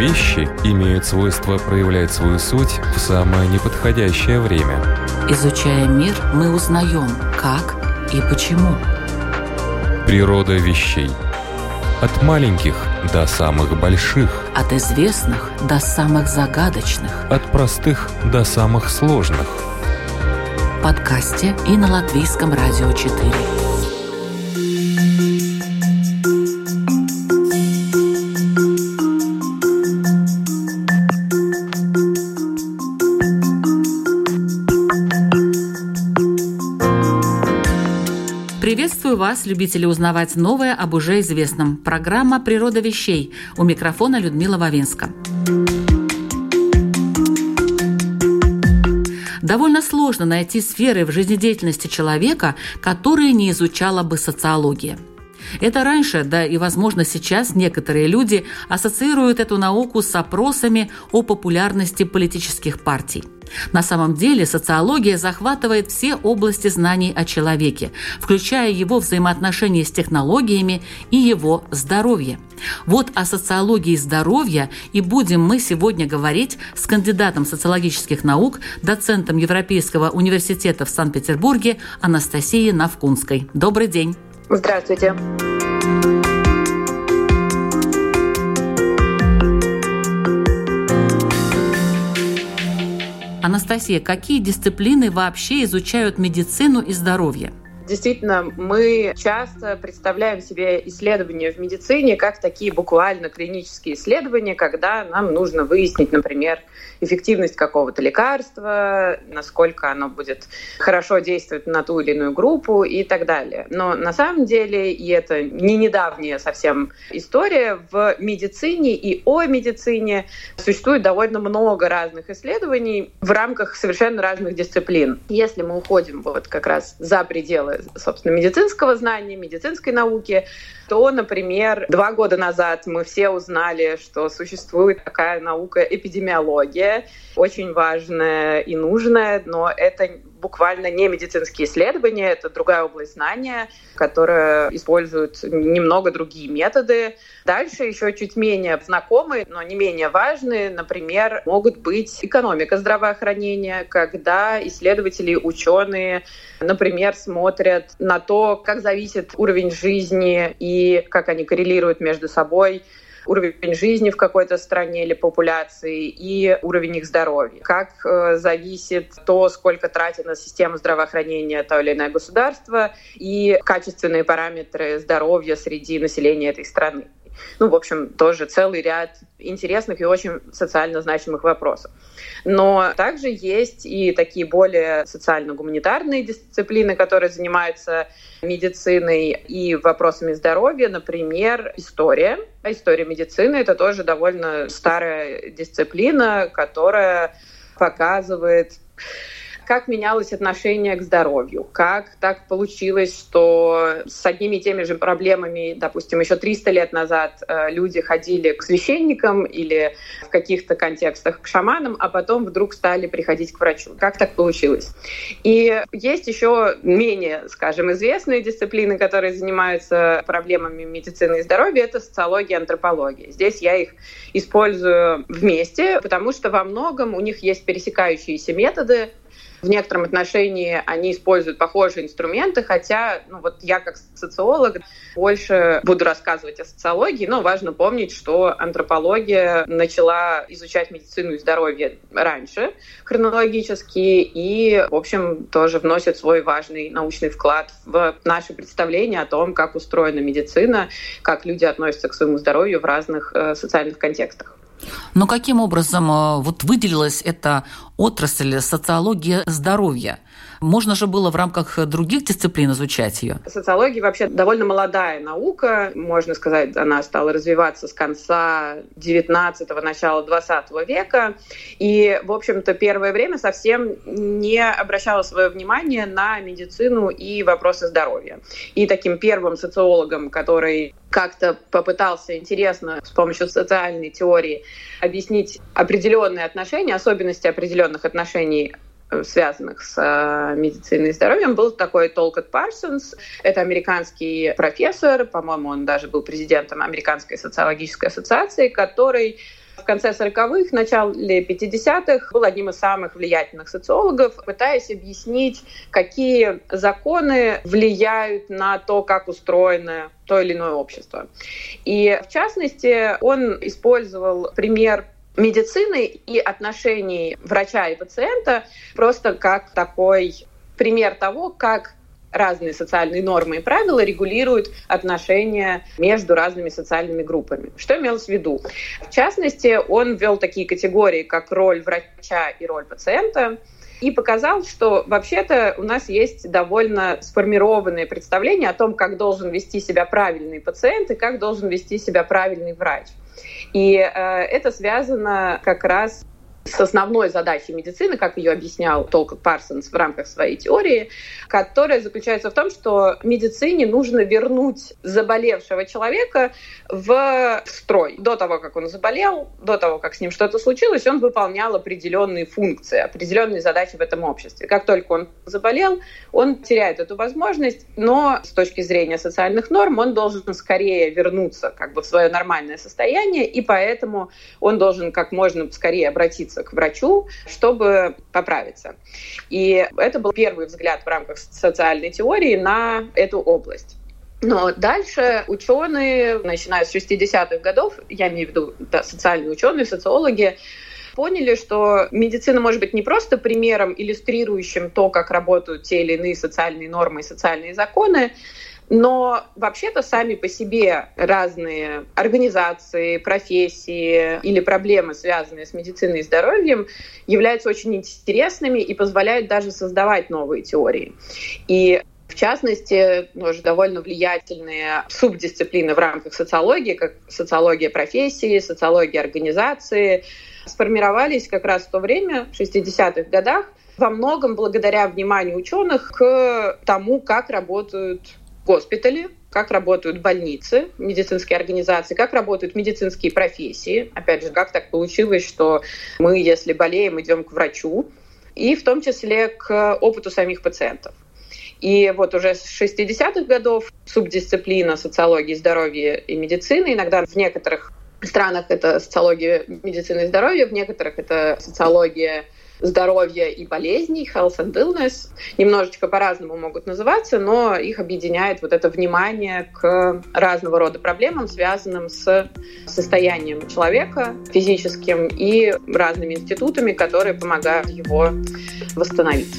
Вещи имеют свойство проявлять свою суть в самое неподходящее время. Изучая мир, мы узнаем, как и почему. Природа вещей. От маленьких до самых больших. От известных до самых загадочных. От простых до самых сложных. В подкасте и на Латвийском радио 4. Приветствую вас, любители узнавать новое об уже известном. Программа «Природа вещей». У микрофона Людмила Вавинска. Довольно сложно найти сферы в жизнедеятельности человека, которые не изучала бы социология. Это раньше, да и, возможно, сейчас некоторые люди ассоциируют эту науку с опросами о популярности политических партий. На самом деле социология захватывает все области знаний о человеке, включая его взаимоотношения с технологиями и его здоровье. Вот о социологии здоровья и будем мы сегодня говорить с кандидатом социологических наук, доцентом Европейского университета в Санкт-Петербурге Анастасией Навкунской. Добрый день. Здравствуйте. Анастасия, какие дисциплины вообще изучают медицину и здоровье? Действительно, мы часто представляем себе исследования в медицине как такие буквально клинические исследования, когда нам нужно выяснить, например, эффективность какого-то лекарства, насколько оно будет хорошо действовать на ту или иную группу и так далее. Но на самом деле, и это не недавняя совсем история, в медицине и о медицине существует довольно много разных исследований в рамках совершенно разных дисциплин. Если мы уходим вот как раз за пределы, собственно, медицинского знания, медицинской науки, то, например, 2 года назад мы все узнали, что существует такая наука эпидемиология, очень важная и нужная, но это буквально не медицинские исследования, это другая область знания, которая использует немного другие методы. Дальше еще чуть менее знакомые, но не менее важные, например, могут быть экономика здравоохранения, когда исследователи, ученые, например, смотрят на то, как зависит уровень жизни и как они коррелируют между собой, уровень жизни в какой-то стране или популяции и уровень их здоровья. Как зависит то, сколько тратит на систему здравоохранения то или иное государство и качественные параметры здоровья среди населения этой страны. В общем, тоже целый ряд интересных и очень социально значимых вопросов. Но также есть и такие более социально-гуманитарные дисциплины, которые занимаются медициной и вопросами здоровья, например, история. История медицины — это тоже довольно старая дисциплина, которая показывает, как менялось отношение к здоровью, как так получилось, что с одними и теми же проблемами, допустим, еще 300 лет назад люди ходили к священникам или в каких-то контекстах к шаманам, а потом вдруг стали приходить к врачу. Как так получилось? И есть еще менее, скажем, известные дисциплины, которые занимаются проблемами медицины и здоровья, это социология и антропология. Здесь я их использую вместе, потому что во многом у них есть пересекающиеся методы. В некотором отношении они используют похожие инструменты, хотя я как социолог больше буду рассказывать о социологии, но важно помнить, что антропология начала изучать медицину и здоровье раньше хронологически и, в общем, тоже вносит свой важный научный вклад в наше представление о том, как устроена медицина, как люди относятся к своему здоровью в разных социальных контекстах. Но каким образом выделилась эта отрасль социология здоровья? Можно же было в рамках других дисциплин изучать ее. Социология вообще довольно молодая наука. Можно сказать, она стала развиваться с конца 19-го, начала 20 века. И, в общем-то, первое время совсем не обращала свое внимание на медицину и вопросы здоровья. И таким первым социологом, который как-то попытался интересно с помощью социальной теории объяснить определенные отношения, особенности определенных отношений, связанных с медициной и здоровьем, был такой Толкот Парсонс. Это американский профессор, по-моему, он даже был президентом Американской социологической ассоциации, который в конце 40-х, начале 50-х был одним из самых влиятельных социологов, пытаясь объяснить, какие законы влияют на то, как устроено то или иное общество. И, в частности, он использовал пример медицины и отношений врача и пациента просто как такой пример того, как разные социальные нормы и правила регулируют отношения между разными социальными группами. Что имелось в виду? В частности, он ввел такие категории, как роль врача и роль пациента, и показал, что вообще-то у нас есть довольно сформированное представление о том, как должен вести себя правильный пациент и как должен вести себя правильный врач. И это связано как раз с основной задачей медицины, как ее объяснял Толкот Парсонс в рамках своей теории, которая заключается в том, что медицине нужно вернуть заболевшего человека в строй. До того, как он заболел, до того, как с ним что-то случилось, он выполнял определенные функции, определенные задачи в этом обществе. Как только он заболел, он теряет эту возможность, но с точки зрения социальных норм он должен скорее вернуться в свое нормальное состояние, и поэтому он должен как можно скорее обратиться к врачу, чтобы поправиться. И это был первый взгляд в рамках социальной теории на эту область. Но дальше ученые, начиная с 60-х годов, я имею в виду социальные ученые, социологи, поняли, что медицина может быть не просто примером, иллюстрирующим то, как работают те или иные социальные нормы и социальные законы, но вообще-то сами по себе разные организации, профессии или проблемы, связанные с медициной и здоровьем, являются очень интересными и позволяют даже создавать новые теории. И в частности, тоже довольно влиятельные субдисциплины в рамках социологии, как социология профессии, социология организации, сформировались как раз в то время, в 60-х годах, во многом благодаря вниманию ученых к тому, как работают госпитали, как работают больницы, медицинские организации, как работают медицинские профессии. Опять же, как так получилось, что мы, если болеем, идем к врачу, и в том числе к опыту самих пациентов. И вот уже с 60-х годов субдисциплина социологии здоровья и медицины, иногда в некоторых странах это социология медицины и здоровья, в некоторых это социология здоровья и болезней, health and illness, немножечко по-разному могут называться, но их объединяет вот это внимание к разного рода проблемам, связанным с состоянием человека физическим и разными институтами, которые помогают его восстановить.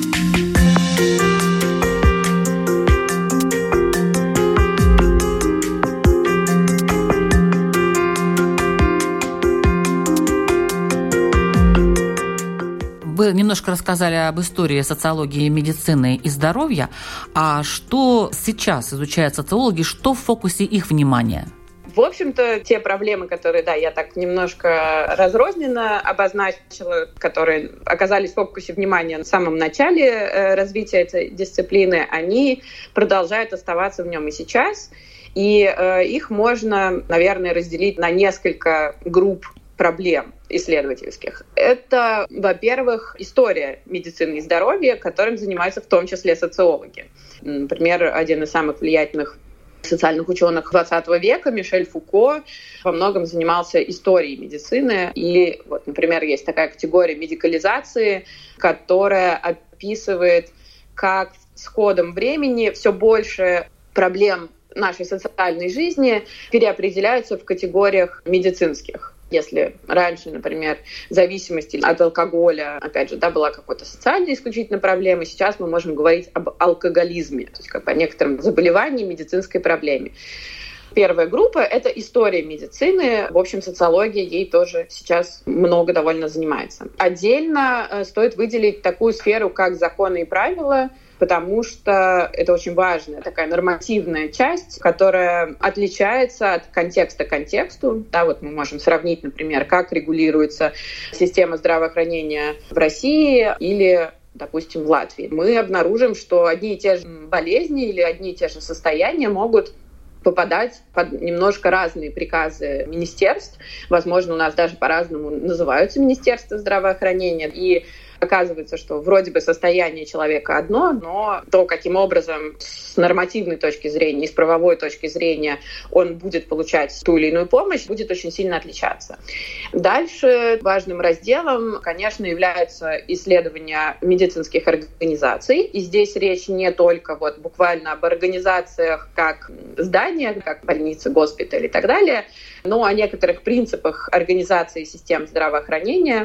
Вы немножко рассказали об истории социологии медицины и здоровья. А что сейчас изучают социологи, что в фокусе их внимания? В общем-то, те проблемы, которые, я так немножко разрозненно обозначила, которые оказались в фокусе внимания на самом начале развития этой дисциплины, они продолжают оставаться в нем и сейчас. И их можно, наверное, разделить на несколько групп проблем исследовательских. Это, во-первых, история медицины и здоровья, которым занимаются в том числе социологи. Например, один из самых влиятельных социальных ученых XX века, Мишель Фуко, во многом занимался историей медицины. И вот, например, есть такая категория медикализации, которая описывает, как с ходом времени все больше проблем нашей социальной жизни переопределяются в категориях медицинских. Если раньше, например, зависимость от алкоголя, опять же, была какой-то социальной исключительно проблемой, сейчас мы можем говорить об алкоголизме, то есть о некотором заболевании, медицинской проблеме. Первая группа — это история медицины. В общем, социология ей тоже сейчас много довольно занимается. Отдельно стоит выделить такую сферу, как законы и правила, потому что это очень важная такая нормативная часть, которая отличается от контекста к контексту. Вот мы можем сравнить, например, как регулируется система здравоохранения в России или, допустим, в Латвии. Мы обнаружим, что одни и те же болезни или одни и те же состояния могут попадать под немножко разные приказы министерств. Возможно, у нас даже по-разному называются министерства здравоохранения. И оказывается, что вроде бы состояние человека одно, но то, каким образом с нормативной точки зрения и с правовой точки зрения он будет получать ту или иную помощь, будет очень сильно отличаться. Дальше важным разделом, конечно, являются исследования медицинских организаций. И здесь речь не только буквально об организациях как здания, как больницы, госпитали и так далее, но о некоторых принципах организации систем здравоохранения.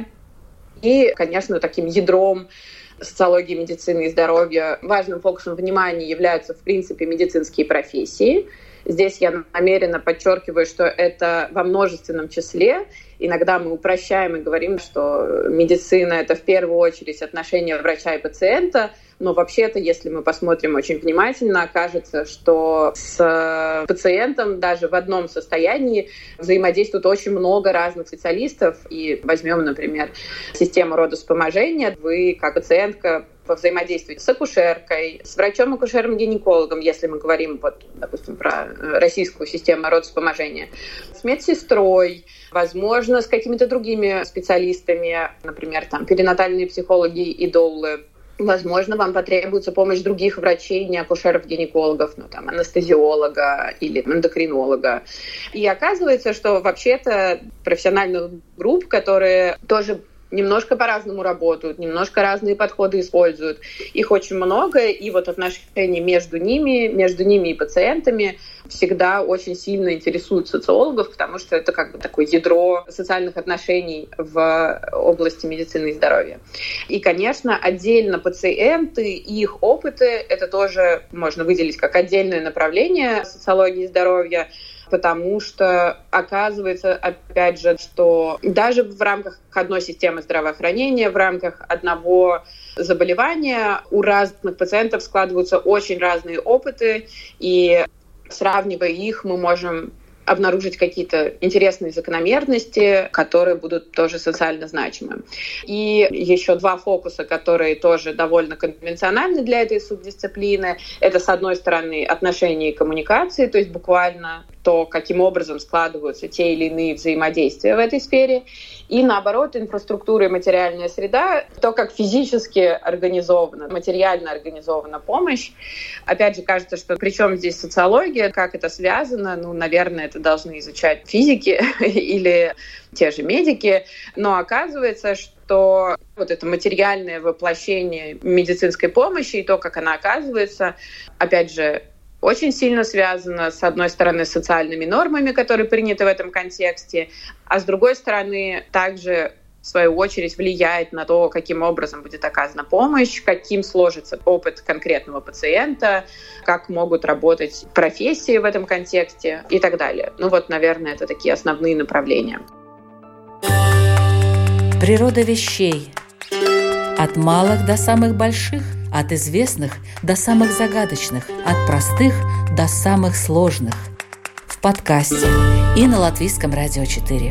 И, конечно, таким ядром социологии, медицины и здоровья важным фокусом внимания являются, в принципе, медицинские профессии. Здесь я намеренно подчеркиваю, что это во множественном числе. Иногда мы упрощаем и говорим, что медицина — это в первую очередь отношения врача и пациента, но вообще-то, если мы посмотрим очень внимательно, окажется, что с пациентом даже в одном состоянии взаимодействует очень много разных специалистов. И возьмем, например, систему родовспоможения. Вы, как пациентка, взаимодействуете с акушеркой, с врачом-акушером-гинекологом, если мы говорим, допустим, про российскую систему родовспоможения, с медсестрой, возможно, с какими-то другими специалистами, например, перинатальные психологи и доулы. Возможно, вам потребуется помощь других врачей, не акушеров-гинекологов, анестезиолога или эндокринолога. И оказывается, что вообще-то профессиональных групп, которые тоже немножко по-разному работают, немножко разные подходы используют. Их очень много, и отношения между ними и пациентами всегда очень сильно интересуют социологов, потому что это такое ядро социальных отношений в области медицины и здоровья. И, конечно, отдельно пациенты и их опыты, это тоже можно выделить как отдельное направление социологии здоровья, потому что оказывается, опять же, что даже в рамках одной системы здравоохранения, в рамках одного заболевания у разных пациентов складываются очень разные опыты, и сравнивая их, мы можем обнаружить какие-то интересные закономерности, которые будут тоже социально значимы. И еще два фокуса, которые тоже довольно конвенциональны для этой субдисциплины. Это, с одной стороны, отношения и коммуникации, то есть буквально то, каким образом складываются те или иные взаимодействия в этой сфере. И, наоборот, инфраструктура и материальная среда, то, как физически организована, материально организована помощь. Опять же, кажется, что при чем здесь социология, как это связано, наверное, это должны изучать физики или те же медики. Но оказывается, что это материальное воплощение медицинской помощи и то, как она оказывается, опять же, очень сильно связано, с одной стороны, с социальными нормами, которые приняты в этом контексте, а с другой стороны, также, в свою очередь, влияет на то, каким образом будет оказана помощь, каким сложится опыт конкретного пациента, как могут работать профессии в этом контексте и так далее. Наверное, это такие основные направления. Природа вещей. От малых до самых больших, от известных до самых загадочных, от простых до самых сложных. В подкасте и на Латвийском радио 4.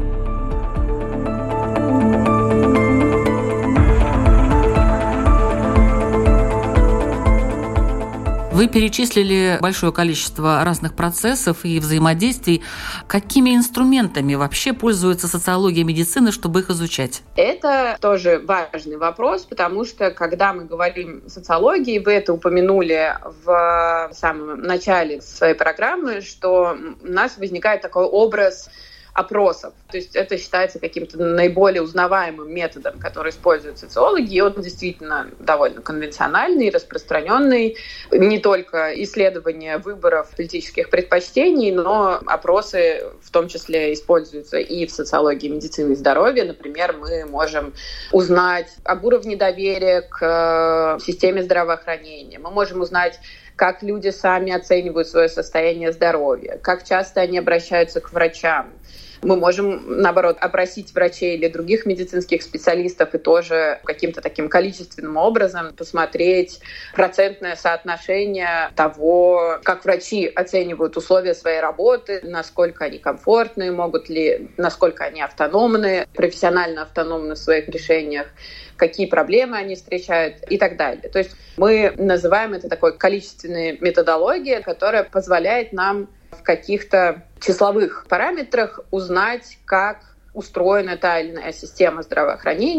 Вы перечислили большое количество разных процессов и взаимодействий. Какими инструментами вообще пользуется социология медицины, чтобы их изучать? Это тоже важный вопрос, потому что, когда мы говорим о социологии, вы это упомянули в самом начале своей программы, что у нас возникает такой образ опросов. То есть это считается каким-то наиболее узнаваемым методом, который используют социологи, и он действительно довольно конвенциональный, распространенный. Не только исследования выборов политических предпочтений, но опросы в том числе используются и в социологии медицины и здоровья. Например, мы можем узнать об уровне доверия к системе здравоохранения. Мы можем узнать, как люди сами оценивают свое состояние здоровья, как часто они обращаются к врачам. Мы можем, наоборот, опросить врачей или других медицинских специалистов и тоже каким-то таким количественным образом посмотреть процентное соотношение того, как врачи оценивают условия своей работы, насколько они комфортны, насколько они автономны, профессионально автономны в своих решениях, какие проблемы они встречают и так далее. То есть мы называем это такой количественной методологией, которая позволяет нам в каких-то числовых параметрах узнать, как устроена та или иная система здравоохранения,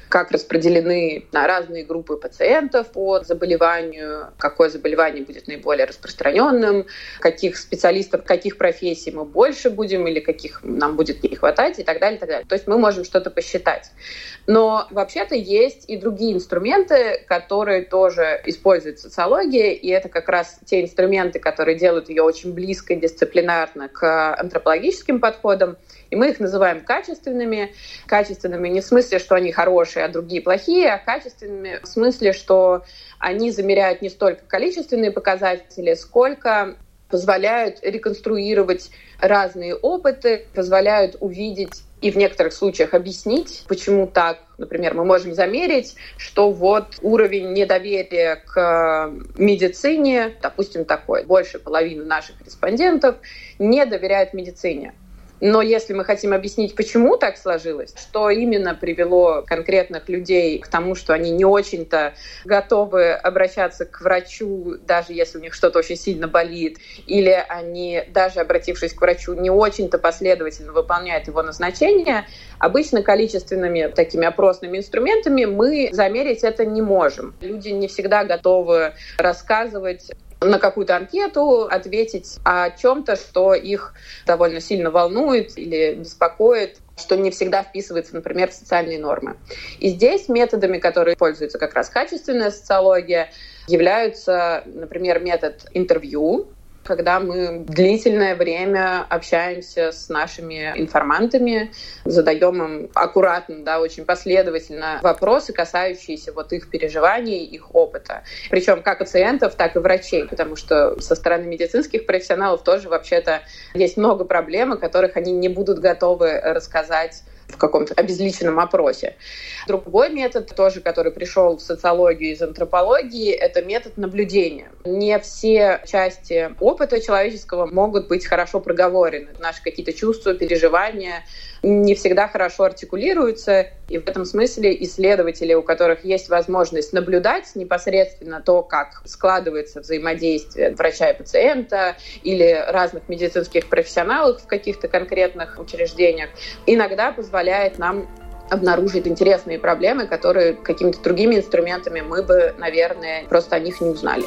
как распределены на разные группы пациентов по заболеванию, какое заболевание будет наиболее распространенным, каких специалистов, каких профессий мы больше будем или каких нам будет не хватать и так далее, и так далее. То есть мы можем что-то посчитать. Но вообще-то есть и другие инструменты, которые тоже использует социология, и это как раз те инструменты, которые делают ее очень близко и дисциплинарно к антропологическим подходам. И мы их называем качественными. Качественными не в смысле, что они хорошие, а другие плохие, а качественными в смысле, что они замеряют не столько количественные показатели, сколько позволяют реконструировать разные опыты, позволяют увидеть и в некоторых случаях объяснить, почему так. Например, мы можем замерить, что вот уровень недоверия к медицине, допустим, такой. Больше половины наших респондентов не доверяют медицине. Но если мы хотим объяснить, почему так сложилось, что именно привело конкретных людей к тому, что они не очень-то готовы обращаться к врачу, даже если у них что-то очень сильно болит, или они, даже обратившись к врачу, не очень-то последовательно выполняют его назначение, обычно количественными такими опросными инструментами мы замерить это не можем. Люди не всегда готовы рассказывать на какую-то анкету, ответить о чем-то, что их довольно сильно волнует или беспокоит, что не всегда вписывается, например, в социальные нормы. И здесь методами, которые используются как раз качественная социология, являются, например, метод интервью, когда мы длительное время общаемся с нашими информантами, задаем им аккуратно, очень последовательно вопросы, касающиеся их переживаний, их опыта. Причем как пациентов, так и врачей, потому что со стороны медицинских профессионалов тоже вообще-то есть много проблем, о которых они не будут готовы рассказать в каком-то обезличенном опросе. Другой метод, тоже, который пришел в социологию из антропологии, это метод наблюдения. Не все части опыта человеческого могут быть хорошо проговорены. Наши какие-то чувства, переживания не всегда хорошо артикулируются. И в этом смысле исследователи, у которых есть возможность наблюдать непосредственно то, как складывается взаимодействие врача и пациента или разных медицинских профессионалов в каких-то конкретных учреждениях, иногда позволяет нам обнаружить интересные проблемы, которые какими-то другими инструментами мы бы, наверное, просто о них не узнали.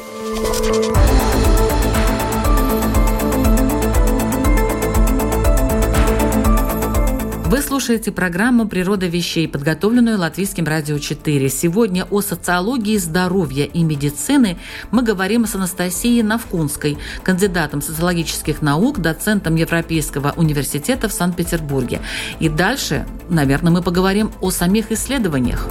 Вы слушаете программу «Природа вещей», подготовленную Латвийским радио 4. Сегодня о социологии здоровья и медицины мы говорим с Анастасией Навкунской, кандидатом социологических наук, доцентом Европейского университета в Санкт-Петербурге. И дальше, наверное, мы поговорим о самих исследованиях.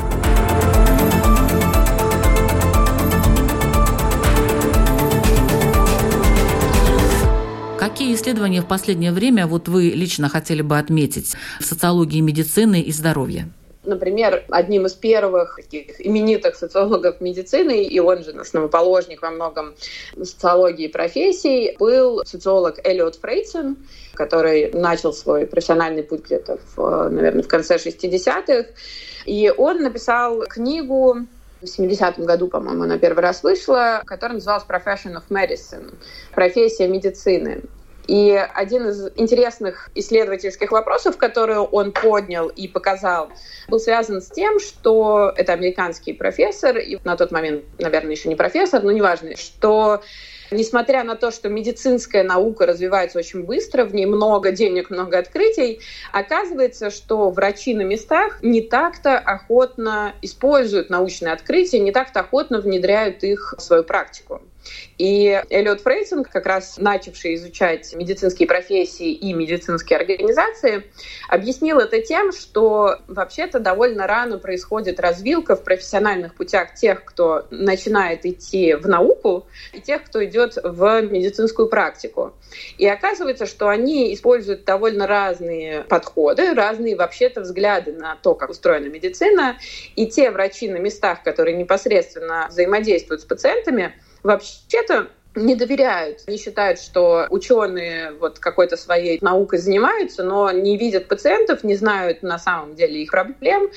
Какие исследования в последнее время вы лично хотели бы отметить в социологии медицины и здоровья? Например, одним из первых таких именитых социологов медицины, и он же основоположник во многом социологии профессий, был социолог Элиот Фрейдсон, который начал свой профессиональный путь где-то, наверное, в конце 60-х. И он написал книгу, в 70-м году, по-моему, она первый раз вышла, которая называлась «Profession of Medicine» — «Профессия медицины». И один из интересных исследовательских вопросов, которые он поднял и показал, был связан с тем, что это американский профессор, и на тот момент, наверное, еще не профессор, но неважно, что несмотря на то, что медицинская наука развивается очень быстро, в ней много денег, много открытий, оказывается, что врачи на местах не так-то охотно используют научные открытия, не так-то охотно внедряют их в свою практику. И Элиот Фрейдсон, как раз начавший изучать медицинские профессии и медицинские организации, объяснил это тем, что вообще-то довольно рано происходит развилка в профессиональных путях тех, кто начинает идти в науку, и тех, кто идет в медицинскую практику. И оказывается, что они используют довольно разные подходы, разные вообще-то взгляды на то, как устроена медицина. И те врачи на местах, которые непосредственно взаимодействуют с пациентами, вообще-то не доверяют. Они считают, что ученые какой-то своей наукой занимаются, но не видят пациентов, не знают на самом деле их проблем.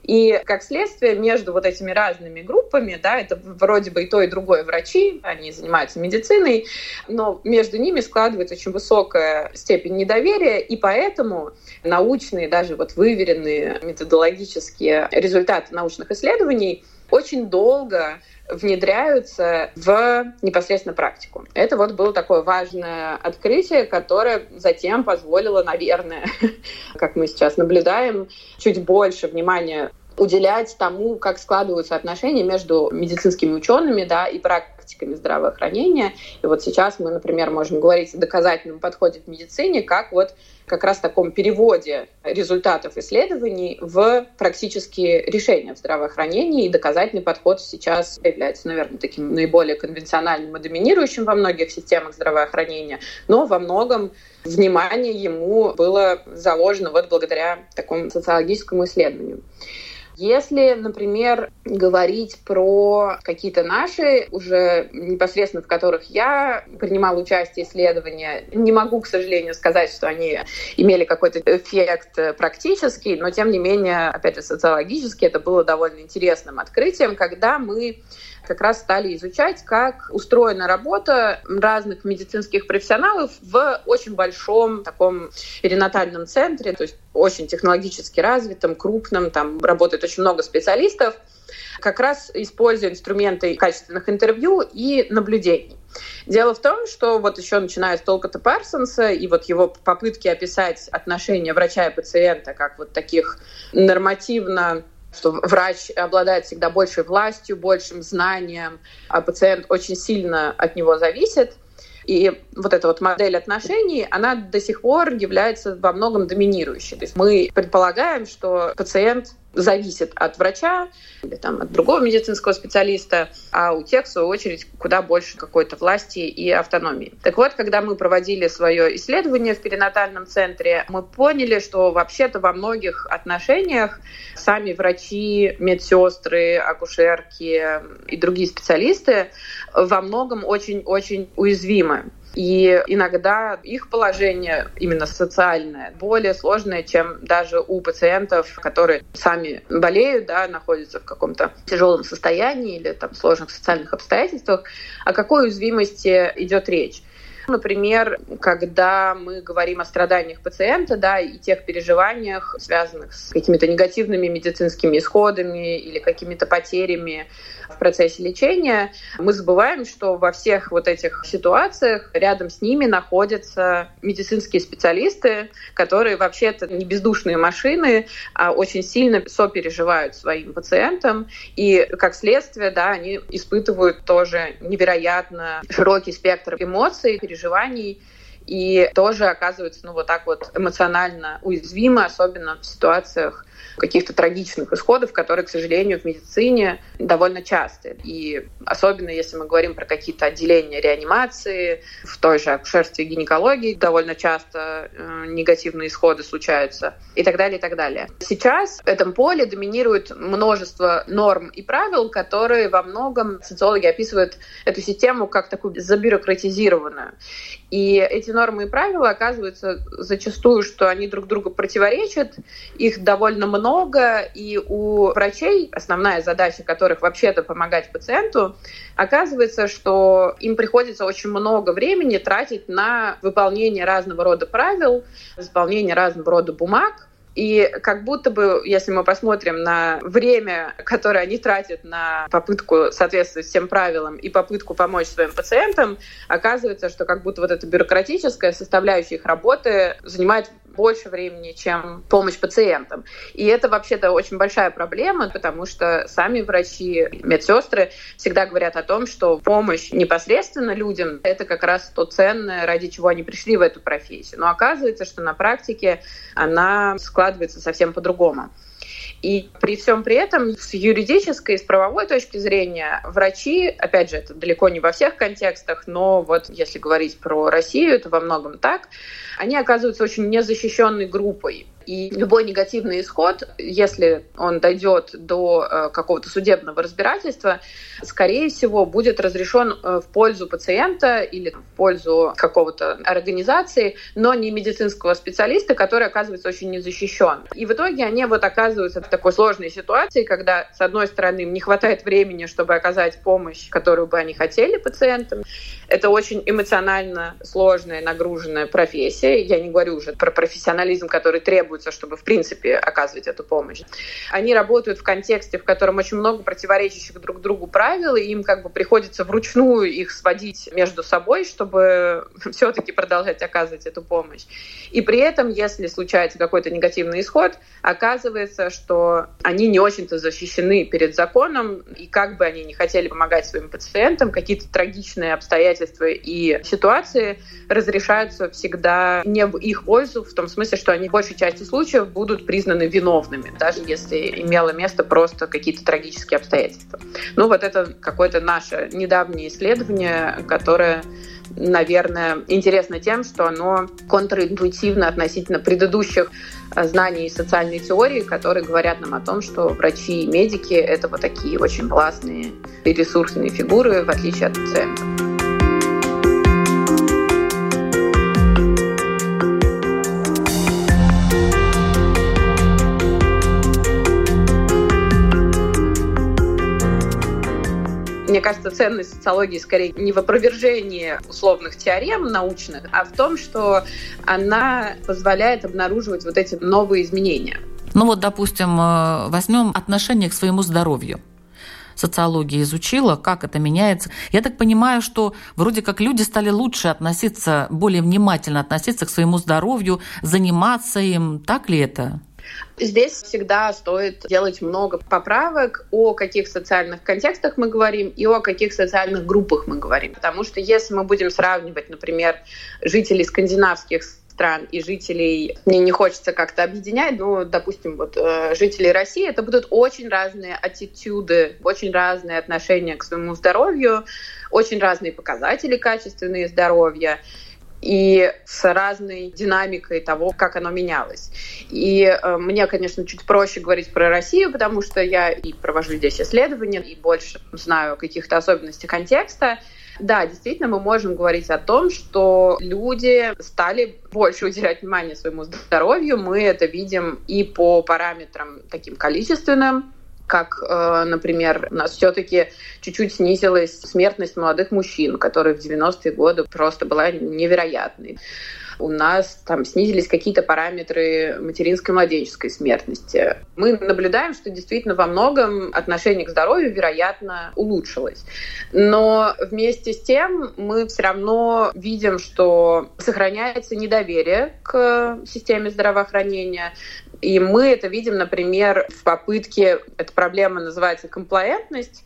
И как следствие между вот этими разными группами, да, это вроде бы и то, и другое врачи, они занимаются медициной, но между ними складывается очень высокая степень недоверия, и поэтому научные, даже вот выверенные методологические результаты научных исследований очень долго внедряются в непосредственно практику. Это вот было такое важное открытие, которое затем позволило, наверное, как мы сейчас наблюдаем, чуть больше внимания уделять тому, как складываются отношения между медицинскими учеными, да, и практиками здравоохранения. И вот сейчас мы, например, можем говорить о доказательном подходе в медицине, как раз в таком переводе результатов исследований в практические решения в здравоохранении. И доказательный подход сейчас является, наверное, таким наиболее конвенциональным и доминирующим во многих системах здравоохранения, но во многом внимание ему было заложено вот благодаря такому социологическому исследованию. Если, например, говорить про какие-то наши, уже непосредственно в которых я принимала участие в исследованиях, не могу, к сожалению, сказать, что они имели какой-то эффект практический, но, тем не менее, опять же, социологически это было довольно интересным открытием, когда мы как раз стали изучать, как устроена работа разных медицинских профессионалов в очень большом таком перинатальном центре, то есть очень технологически развитом, крупном, там работает очень много специалистов, как раз используя инструменты качественных интервью и наблюдений. Дело в том, что вот еще начиная с Толкота Парсонса и вот его попытки описать отношения врача и пациента как вот таких нормативно, что врач обладает всегда большей властью, большим знанием, а пациент очень сильно от него зависит. И вот эта вот модель отношений, она до сих пор является во многом доминирующей. То есть мы предполагаем, что пациент зависит от врача или там, от другого медицинского специалиста, а у тех, в свою очередь, куда больше какой-то власти и автономии. Так вот, когда мы проводили свое исследование в перинатальном центре, мы поняли, что вообще-то во многих отношениях сами врачи, медсестры, акушерки и другие специалисты во многом очень-очень уязвимы. И иногда их положение, именно социальное, более сложное, чем даже у пациентов, которые сами болеют, да, находятся в каком-то тяжелом состоянии или там, сложных социальных обстоятельствах. О какой уязвимости идет речь? Например, когда мы говорим о страданиях пациента, да, и тех переживаниях, связанных с какими-то негативными медицинскими исходами или какими-то потерями в процессе лечения, мы забываем, что во всех вот этих ситуациях рядом с ними находятся медицинские специалисты, которые вообще-то не бездушные машины, а очень сильно сопереживают своим пациентам. И как следствие, да, они испытывают тоже невероятно широкий спектр эмоций, переживаний, и тоже оказываются вот так вот эмоционально уязвимы, особенно в ситуациях каких-то трагичных исходов, которые, к сожалению, в медицине довольно часты. И особенно если мы говорим про какие-то отделения реанимации, в той же акушерстве и гинекологии довольно часто негативные исходы случаются и так далее, и так далее. Сейчас в этом поле доминирует множество норм и правил, которые во многом социологи описывают эту систему как такую забюрократизированную. И эти нормы и правила оказываются зачастую, что они друг другу противоречат, их довольно много, и у врачей, основная задача которых вообще-то помогать пациенту, оказывается, что им приходится очень много времени тратить на выполнение разного рода правил, выполнение разного рода бумаг. И как будто бы, если мы посмотрим на время, которое они тратят на попытку соответствовать всем правилам и попытку помочь своим пациентам, оказывается, что как будто вот эта бюрократическая составляющая их работы занимает больше времени, чем помощь пациентам. И это вообще-то очень большая проблема, потому что сами врачи, медсестры всегда говорят о том, что помощь непосредственно людям — это как раз то ценное, ради чего они пришли в эту профессию. Но оказывается, что на практике она складывается совсем по-другому. И при всем при этом с юридической и с правовой точки зрения врачи, опять же, это далеко не во всех контекстах, но вот если говорить про Россию, это во многом так, они оказываются очень незащищенной группой. И любой негативный исход, если он дойдет до какого-то судебного разбирательства, скорее всего, будет разрешен в пользу пациента или в пользу какого-то организации, но не медицинского специалиста, который оказывается очень незащищен. И в итоге они оказываются в такой сложной ситуации, когда, с одной стороны, им не хватает времени, чтобы оказать помощь, которую бы они хотели пациентам. Это очень эмоционально сложная, нагруженная профессия. Я не говорю уже про профессионализм, который требуется, чтобы, в принципе, оказывать эту помощь. Они работают в контексте, в котором очень много противоречащих друг другу правил, и им приходится вручную их сводить между собой, чтобы все-таки продолжать оказывать эту помощь. И при этом, если случается какой-то негативный исход, оказывается, что они не очень-то защищены перед законом, и как бы они ни хотели помогать своим пациентам, какие-то трагичные обстоятельства и ситуации разрешаются всегда не в их пользу, в том смысле, что они в большей части случаев будут признаны виновными, даже если имело место просто какие-то трагические обстоятельства. Это какое-то наше недавнее исследование, которое, наверное, интересно тем, что оно контринтуитивно относительно предыдущих знаний социальной теории, которые говорят нам о том, что врачи и медики — это такие очень классные и ресурсные фигуры, в отличие от пациентов. Мне кажется, ценность социологии скорее не в опровержении условных теорем научных, а в том, что она позволяет обнаруживать эти новые изменения. Допустим, возьмем отношение к своему здоровью. Социология изучила, как это меняется. Я так понимаю, что вроде как люди стали лучше относиться, более внимательно относиться к своему здоровью, заниматься им. Так ли это? Здесь всегда стоит делать много поправок, о каких социальных контекстах мы говорим и о каких социальных группах мы говорим. Потому что если мы будем сравнивать, например, жителей скандинавских стран и жителей, мне не хочется как-то объединять, но, допустим, жителей России, это будут очень разные аттитюды, очень разные отношения к своему здоровью, очень разные показатели качественные здоровья и с разной динамикой того, как оно менялось. И мне, конечно, чуть проще говорить про Россию, потому что я и провожу здесь исследования, и больше знаю о каких-то особенностях контекста. Да, действительно, мы можем говорить о том, что люди стали больше уделять внимание своему здоровью. Мы это видим и по параметрам таким количественным, как, например, у нас все-таки чуть-чуть снизилась смертность молодых мужчин, которая в 90-е годы просто была невероятной. У нас снизились какие-то параметры материнской и младенческой смертности. Мы наблюдаем, что действительно во многом отношение к здоровью, вероятно, улучшилось. Но вместе с тем мы все равно видим, что сохраняется недоверие к системе здравоохранения. И мы это видим, например, в попытке, эта проблема называется комплаентность,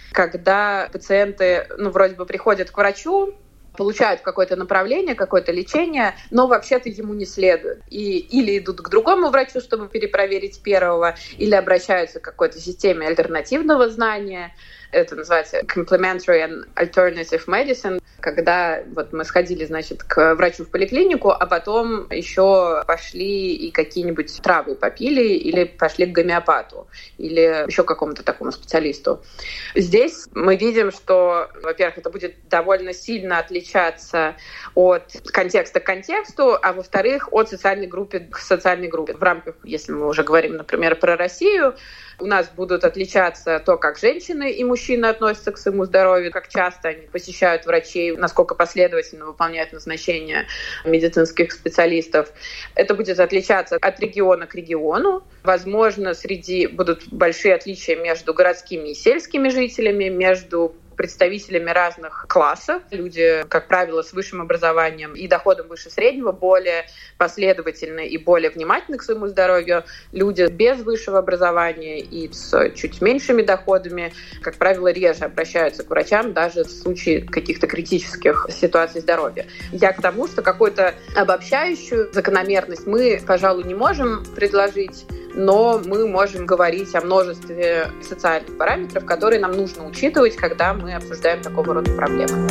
когда пациенты, вроде бы приходят к врачу, получают какое-то направление, какое-то лечение, но вообще-то ему не следует. И или идут к другому врачу, чтобы перепроверить первого, или обращаются к какой-то системе альтернативного знания. Это называется complementary and alternative medicine, когда мы сходили, к врачу в поликлинику, а потом еще пошли и какие-нибудь травы попили, или пошли к гомеопату, или еще к какому-то такому специалисту. Здесь мы видим, что, во-первых, это будет довольно сильно отличаться от контекста к контексту, а во-вторых, от социальной группы к социальной группе. В рамках, если мы уже говорим, например, про Россию, у нас будут отличаться то, как женщины и мужчины относятся к своему здоровью, как часто они посещают врачей, насколько последовательно выполняют назначения медицинских специалистов. Это будет отличаться от региона к региону. Возможно, будут большие отличия между городскими и сельскими жителями, между представителями разных классов. Люди, как правило, с высшим образованием и доходом выше среднего более последовательны и более внимательны к своему здоровью. Люди без высшего образования и с чуть меньшими доходами, как правило, реже обращаются к врачам даже в случае каких-то критических ситуаций здоровья. Я к тому, что какую-то обобщающую закономерность мы, пожалуй, не можем предложить, но мы можем говорить о множестве социальных параметров, которые нам нужно учитывать, когда мы обсуждаем такого рода проблемы.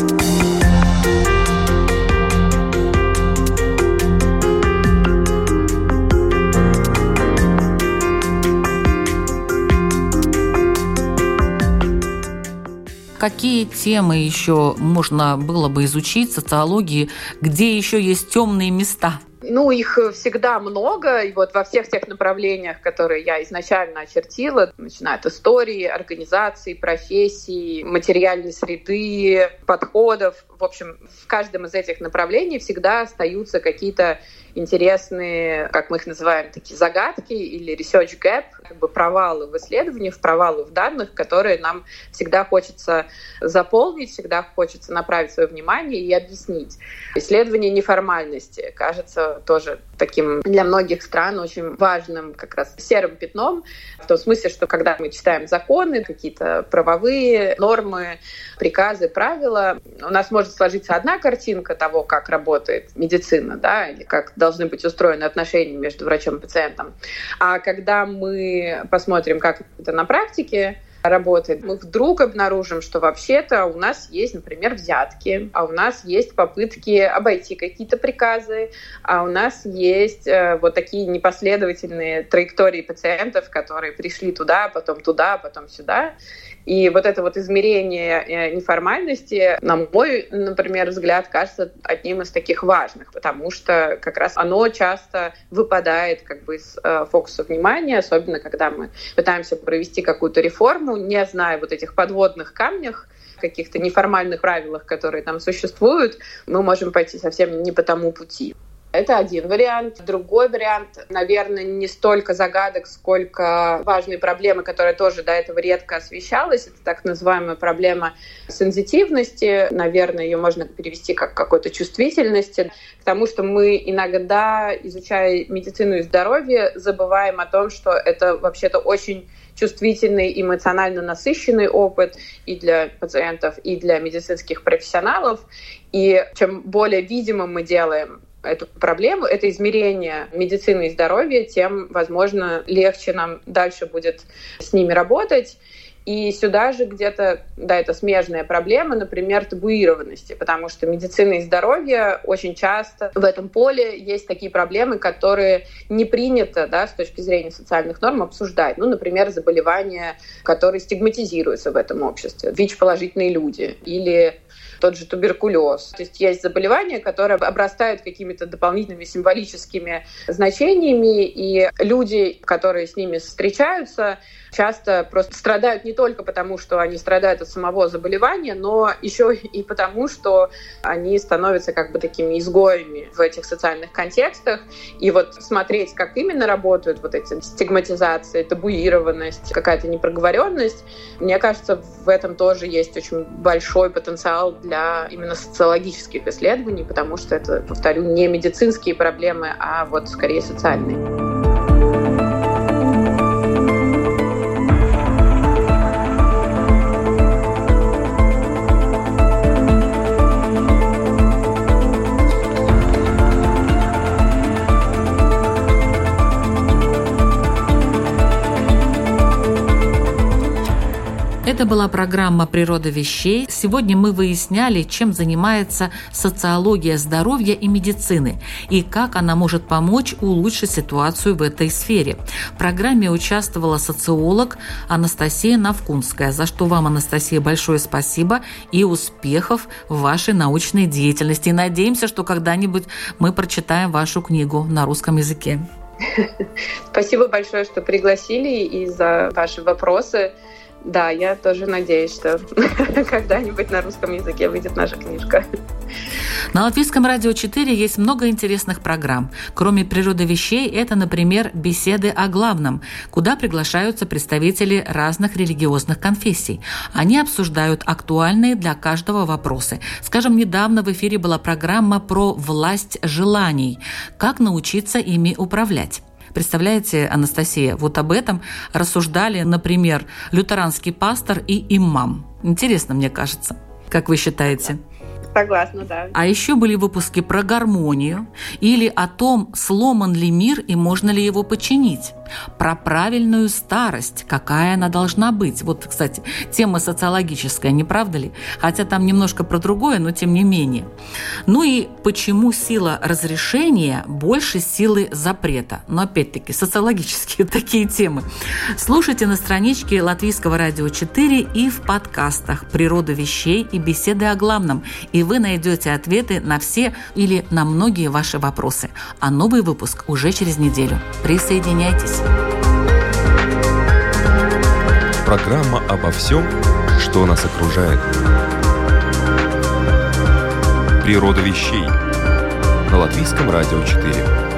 какие темы еще можно было бы изучить в социологии, где еще есть темные места? Их всегда много, и вот во всех тех направлениях, которые я изначально очертила, начиная от истории, организации, профессий, материальной среды, подходов, в общем, в каждом из этих направлений всегда остаются какие-то интересные, как мы их называем, такие загадки или research gap, как бы провалы в исследованиях, провалы в данных, которые нам всегда хочется заполнить, всегда хочется направить свое внимание и объяснить. Исследование неформальности кажется тоже таким для многих стран очень важным как раз серым пятном, в том смысле, что когда мы читаем законы, какие-то правовые нормы, приказы, правила, у нас может сложиться одна картинка того, как работает медицина, да, или как должны быть устроены отношения между врачом и пациентом. А когда мы посмотрим, как это на практике работает, мы вдруг обнаружим, что вообще-то у нас есть, например, взятки, а у нас есть попытки обойти какие-то приказы, а у нас есть вот такие непоследовательные траектории пациентов, которые пришли туда, потом сюда. И вот это вот измерение неформальности, на мой, например, взгляд, кажется одним из таких важных, потому что как раз оно часто выпадает как бы из фокуса внимания, особенно когда мы пытаемся провести какую-то реформу, не зная вот этих подводных камнях, каких-то неформальных правилах, которые там существуют, мы можем пойти совсем не по тому пути. Это один вариант. Другой вариант, наверное, не столько загадок, сколько важные проблемы, которые тоже до этого редко освещалась. Это так называемая проблема сензитивности. Наверное, ее можно перевести как какой-то чувствительности. Потому что мы иногда, изучая медицину и здоровье, забываем о том, что это вообще-то очень чувствительный, эмоционально насыщенный опыт и для пациентов, и для медицинских профессионалов. И чем более видимым мы делаем эту проблему, это измерение медицины и здоровья, тем, возможно, легче нам дальше будет с ними работать. И сюда же где-то, да, это смежная проблема, например, табуированности, потому что медицина и здоровье очень часто в этом поле есть такие проблемы, которые не принято, да, с точки зрения социальных норм обсуждать. Например, заболевания, которые стигматизируются в этом обществе, ВИЧ-положительные люди или тот же туберкулез. То есть заболевания, которые обрастают какими-то дополнительными символическими значениями, и люди, которые с ними встречаются, часто просто страдают не только потому, что они страдают от самого заболевания, но еще и потому, что они становятся как бы такими изгоями в этих социальных контекстах. И вот смотреть, как именно работают вот эти стигматизации, табуированность, какая-то непроговоренность, мне кажется, в этом тоже есть очень большой потенциал для именно социологических исследований, потому что это, повторю, не медицинские проблемы, а вот скорее социальные. Это была программа «Природа вещей». Сегодня мы выясняли, чем занимается социология здоровья и медицины и как она может помочь улучшить ситуацию в этой сфере. В программе участвовала социолог Анастасия Навкунская, за что вам, Анастасия, большое спасибо и успехов в вашей научной деятельности. И надеемся, что когда-нибудь мы прочитаем вашу книгу на русском языке. Спасибо большое, что пригласили и за ваши вопросы. Да, я тоже надеюсь, что когда-нибудь на русском языке выйдет наша книжка. На Латвийском радио 4 есть много интересных программ. Кроме «Природы вещей», это, например, «Беседы о главном», куда приглашаются представители разных религиозных конфессий. Они обсуждают актуальные для каждого вопросы. Скажем, недавно в эфире была программа про власть желаний, как научиться ими управлять. Представляете, Анастасия, вот об этом рассуждали, например, лютеранский пастор и имам. Интересно, мне кажется. Как вы считаете? Согласна, да. А еще были выпуски про гармонию или о том, сломан ли мир и можно ли его починить. про правильную старость, какая она должна быть. Вот, кстати, тема социологическая, не правда ли? Хотя там немножко про другое, но тем не менее. Ну и почему сила разрешения больше силы запрета? Но опять-таки социологические такие темы. Слушайте на страничке Латвийского радио 4 и в подкастах «Природа вещей» и «Беседы о главном», и вы найдете ответы на все или на многие ваши вопросы. А новый выпуск уже через неделю. Присоединяйтесь. Программа обо всем, что нас окружает. «Природа вещей» на Латвийском радио 4.